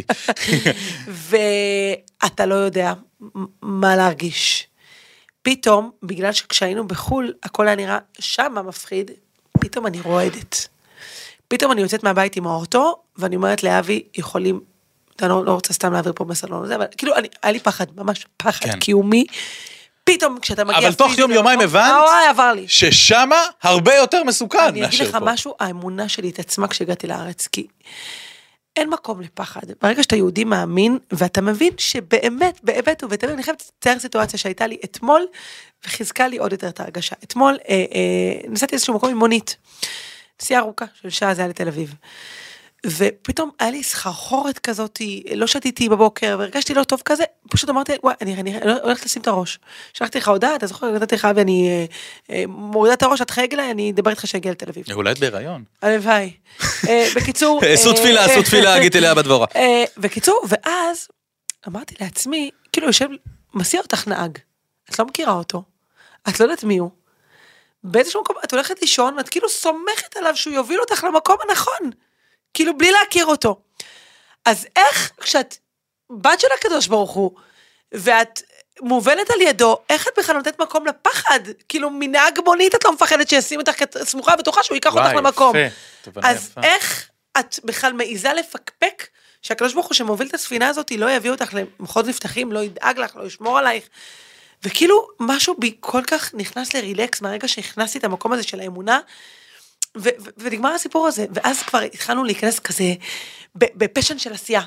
ואתה לא יודע מה להרגיש. פתאום, בגלל שכשהיינו בחול, הכל היה נראה שם מפחיד, פתאום אני רועדת. פתאום אני יוצאת מהבית עם האוטו, ואני אומרת לאבי, יכולים, אני לא רוצה סתם להעביר פה בסלון הזה, אבל כאילו, היה לי פחד, ממש פחד קיומי, פתאום כשאתה מגיע אבל תוך יום-יומיים הבנת ששמה הרבה יותר מסוכן. אני אגיד לך משהו, האמונה שלי התעצמה כשהגעתי לארץ, כי אין מקום לפחד. ברגע שאתה יהודי מאמין, ואתה מבין שבאמת, באמת ובתמיד, אני חייבת לצייר סיטואציה שהייתה לי אתמול, וחיזקה לי עוד יותר את ההרגשה. אתמול נסעתי איזשהו מקום עם מונית, נסיעה ארוכה של שעה, זה היה לתל אביב. ופתאום היה לי סחרחורת כזאת, לא שתיתי בבוקר, והרגשתי לא טוב כזה, פשוט אמרתי, וואי, אני הולכת לשים את הראש. שלחתי לך הודעה, אתה זוכר, נתתי לך, ואני מורידה את הראש, את חייגלה, אני אדבר איתך שהגיע לתל אביב. אולי את בהיריון. הלוואי. בקיצור... עשו תפילה, הגיתי אליה בדבורה. בקיצור, ואז אמרתי לעצמי, כאילו יושב, מסיע אותך נהג, את לא מכירה אותו, את לא יודעת מי הוא, באיזשהו מקום, את הולכת לישון, את כאילו סומכת עליו שהוא יוביל אותך למקום הנכון. כאילו בלי להכיר אותו. אז איך כשאת בת של הקדוש ברוך הוא, ואת מובנת על ידו, איך את בכלל נותנת מקום לפחד? כאילו מנהג מונית את לא מפחדת שישים אותך סמוכה ובטוחה שהוא ייקח אותך למקום. אז איך את בכלל מעיזה לפקפק, שהקדוש ברוך הוא שמוביל את הספינה הזאת, לא יביא אותך למחוז נפתחים, לא ידאג לך, לא ישמור עלייך. וכאילו משהו בי כל כך נכנס לרילקס, מהרגע שהכנסתי את המקום הזה של האמונה, ונגמר הסיפור הזה, ואז כבר התחלנו להיכנס כזה, בפשן של עשייה.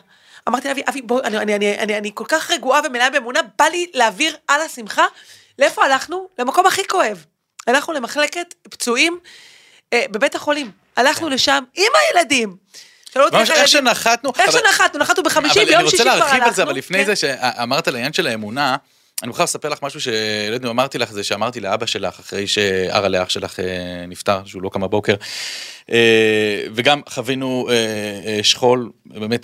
אמרתי לאבי, אבי, בוא, אני כל כך רגועה ומלאה באמונה, בא לי להעביר על השמחה, לאיפה הלכנו? למקום הכי כואב. הלכנו למחלקת פצועים בבית החולים. הלכנו לשם עם הילדים. איך שנחתנו? נחתנו בחמישי, ביום שישי כבר הלכנו. אני רוצה להרחיב על זה, אבל לפני זה שאמרת על העניין של האמונה, אני מוכרח לספר לך משהו שלדנו אמרתי לך, זה שאמרתי לאבא שלך, אחרי שערה לאח שלך נפטר, שהוא לא קם בבוקר, וגם חווינו שכול, באמת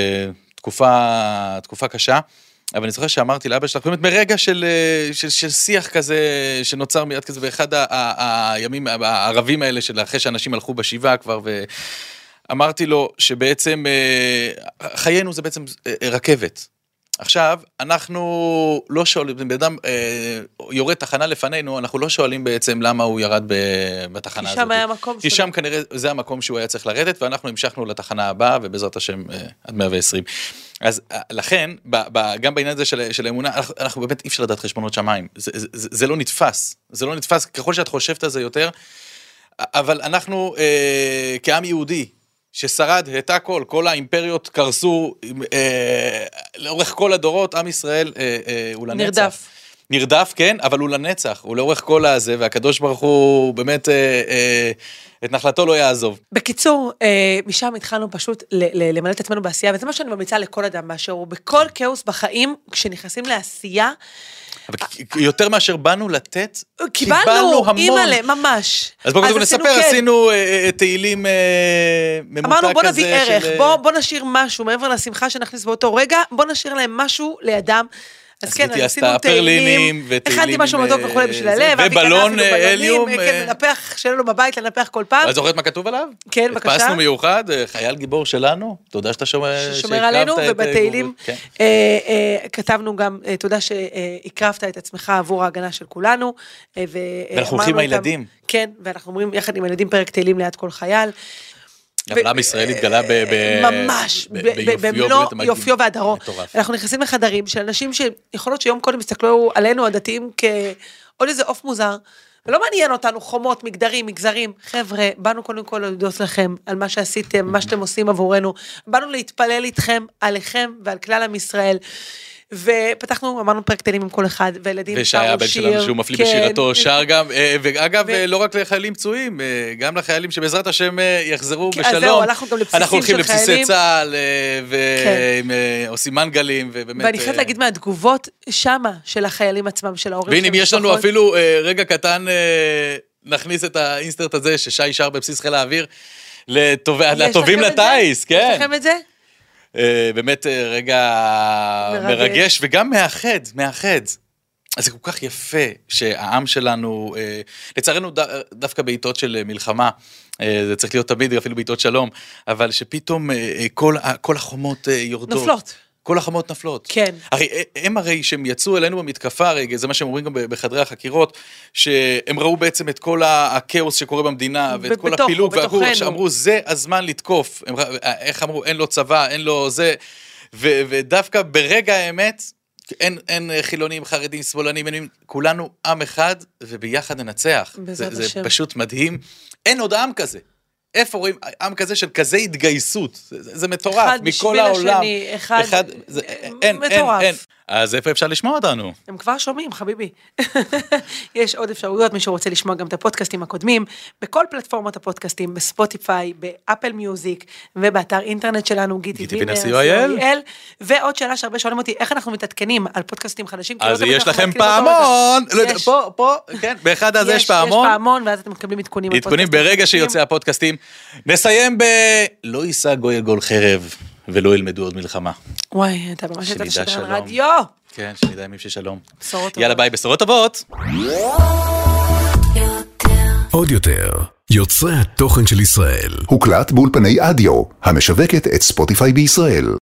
תקופה קשה, אבל אני זוכר שאמרתי לאבא שלך, באמת מרגע של שיח כזה, שנוצר מיד כזה, באחד הימים הערבים האלה, אחרי שאנשים הלכו בשבעה כבר, ואמרתי לו שבעצם חיינו זה בעצם רכבת. עכשיו, אנחנו לא שואלים, בן אדם יורד תחנה לפנינו, אנחנו לא שואלים בעצם למה הוא ירד בתחנה הזאת. כי שם היה המקום שלו. כי שם כנראה זה המקום שהוא היה צריך לרדת, ואנחנו המשכנו לתחנה הבאה, ובעזרת השם עד 120. אז לכן, גם בעניין הזה של האמונה, אנחנו באמת אי אפשר לדעת חשבונות שמיים. זה לא נתפס. זה לא נתפס, ככל שאת חושבת על זה יותר, אבל אנחנו כעם יהודי, ששרד את הכל, כל האימפריות קרסו, לאורך כל הדורות, עם ישראל הוא לנצח. נרדף, כן, אבל הוא לנצח, הוא לאורך כל הזה, והקדוש ברוך הוא באמת, את נחלתו לא יעזוב. בקיצור, משם התחלנו פשוט למלא את עצמנו בעשייה, וזה מה שאני ממליצה לכל אדם, מאשר הוא בכל כאוס בחיים, כשנכנסים לעשייה, יותר מאשר באנו לתת, קיבלנו המון. אימא'לה, ממש. אז בואו נספר, עשינו תהילים ממותק כזה. אמרנו בוא נביא ערך, בוא נשאיר משהו, מעבר לשמחה שנכניס באותו רגע, בוא נשאיר להם משהו לידם. אז כן, עשינו תהילים, הכנתי משהו מתוק וכולי בשביל הלב, ובלון הליום. כן, לנפח, שיהיה לנו בבית לנפח כל פעם. את זוכרת מה כתוב עליו? כן, בבקשה. הדפסנו מיוחד, חייל גיבור שלנו, תודה שאתה שומר עלינו, ובתהילים כתבנו גם, תודה שהקרבת את עצמך עבור ההגנה של כולנו. ואנחנו הולכים הילדים. כן, ואנחנו אומרים יחד עם הילדים פרק תהילים ליד כל חייל. אבל עם ישראל התגלה ממש, במלוא יופיו והדרו. אנחנו נכנסים לחדרים של אנשים שיכול להיות שיום קודם הסתכלו עלינו הדתיים כעוד איזה אוף מוזר, ולא מעניין אותנו חומות, מגדרים, מגזרים. חבר'ה, באנו קודם כל להודות לכם על מה שעשיתם, מה שאתם עושים עבורנו. באנו להתפלל איתכם, עליכם ועל כלל עם ישראל. ופתחנו, אמרנו פרק תהילים עם כל אחד, וילדים ושהיה הבן שלנו שהוא מפליא בשירתו, שר גם, ואגב, לא רק לחיילים פצועים, גם לחיילים שבעזרת השם יחזרו בשלום. אנחנו הולכים לבסיסי צה"ל, ועושים מנגלים, ובאמת... ואני חייבת להגיד מהתגובות שמה, של החיילים עצמם, של ההורים. והנה, אם יש לנו אפילו רגע קטן, נכניס את האינסטרט הזה, ששי שר בבסיס חיל האוויר, לטובים לטייס, כן. יש לכם את זה? באמת רגע מרגש וגם מאחד. אז זה כל כך יפה שהעם שלנו, לצערנו דווקא בעיתות של מלחמה, זה צריך להיות תמיד אפילו בעיתות שלום, אבל שפתאום כל החומות יורדות. נופלות. כל החומות נפלות. כן. הרי שהם יצאו אלינו במתקפה, הרי זה מה שהם אומרים גם בחדרי החקירות, שהם ראו בעצם את כל הכאוס שקורה במדינה, ואת כל הפילוג, ואמרו, זה הזמן לתקוף. איך אמרו, אין לו צבא, אין לו זה, ודווקא ברגע האמת, אין חילונים, חרדים, שמאלנים, כולנו עם אחד, וביחד ננצח. זה פשוט מדהים. אין עוד עם כזה. איפה רואים עם כזה של כזה התגייסות? זה מטורף, מכל העולם. אחד מטורף. אז איפה אפשר לשמוע אותנו? הם כבר שומעים, חביבי. יש עוד אפשרויות, מי שרוצה לשמוע גם את הפודקאסטים הקודמים, בכל פלטפורמות הפודקאסטים, בספוטיפיי, באפל מיוזיק, ובאתר אינטרנט שלנו, גיטי.co.il. ועוד שאלה שהרבה שואלים אותי, איך אנחנו מתעדכנים על פודקאסטים חדשים? אז יש לכם פעמון, פה, כן, באחד הזה יש פעמון. יש פעמון, ואז אתם מקבלים עדכונים. עדכונים ברגע שיוצא הפודקאסטים. נסיים לא יישא גוי אגול חרב, ולא ילמדו עוד מלחמה. וואי, אתה ממש אתה תשדר על רדיו. כן, שנדע ימים של שלום. בשורות טובות. יאללה ביי, בשורות טובות. עוד יותר, יוצרי התוכן של ישראל. הוקלט באולפני אדיו, המשווקת את ספוטיפיי בישראל.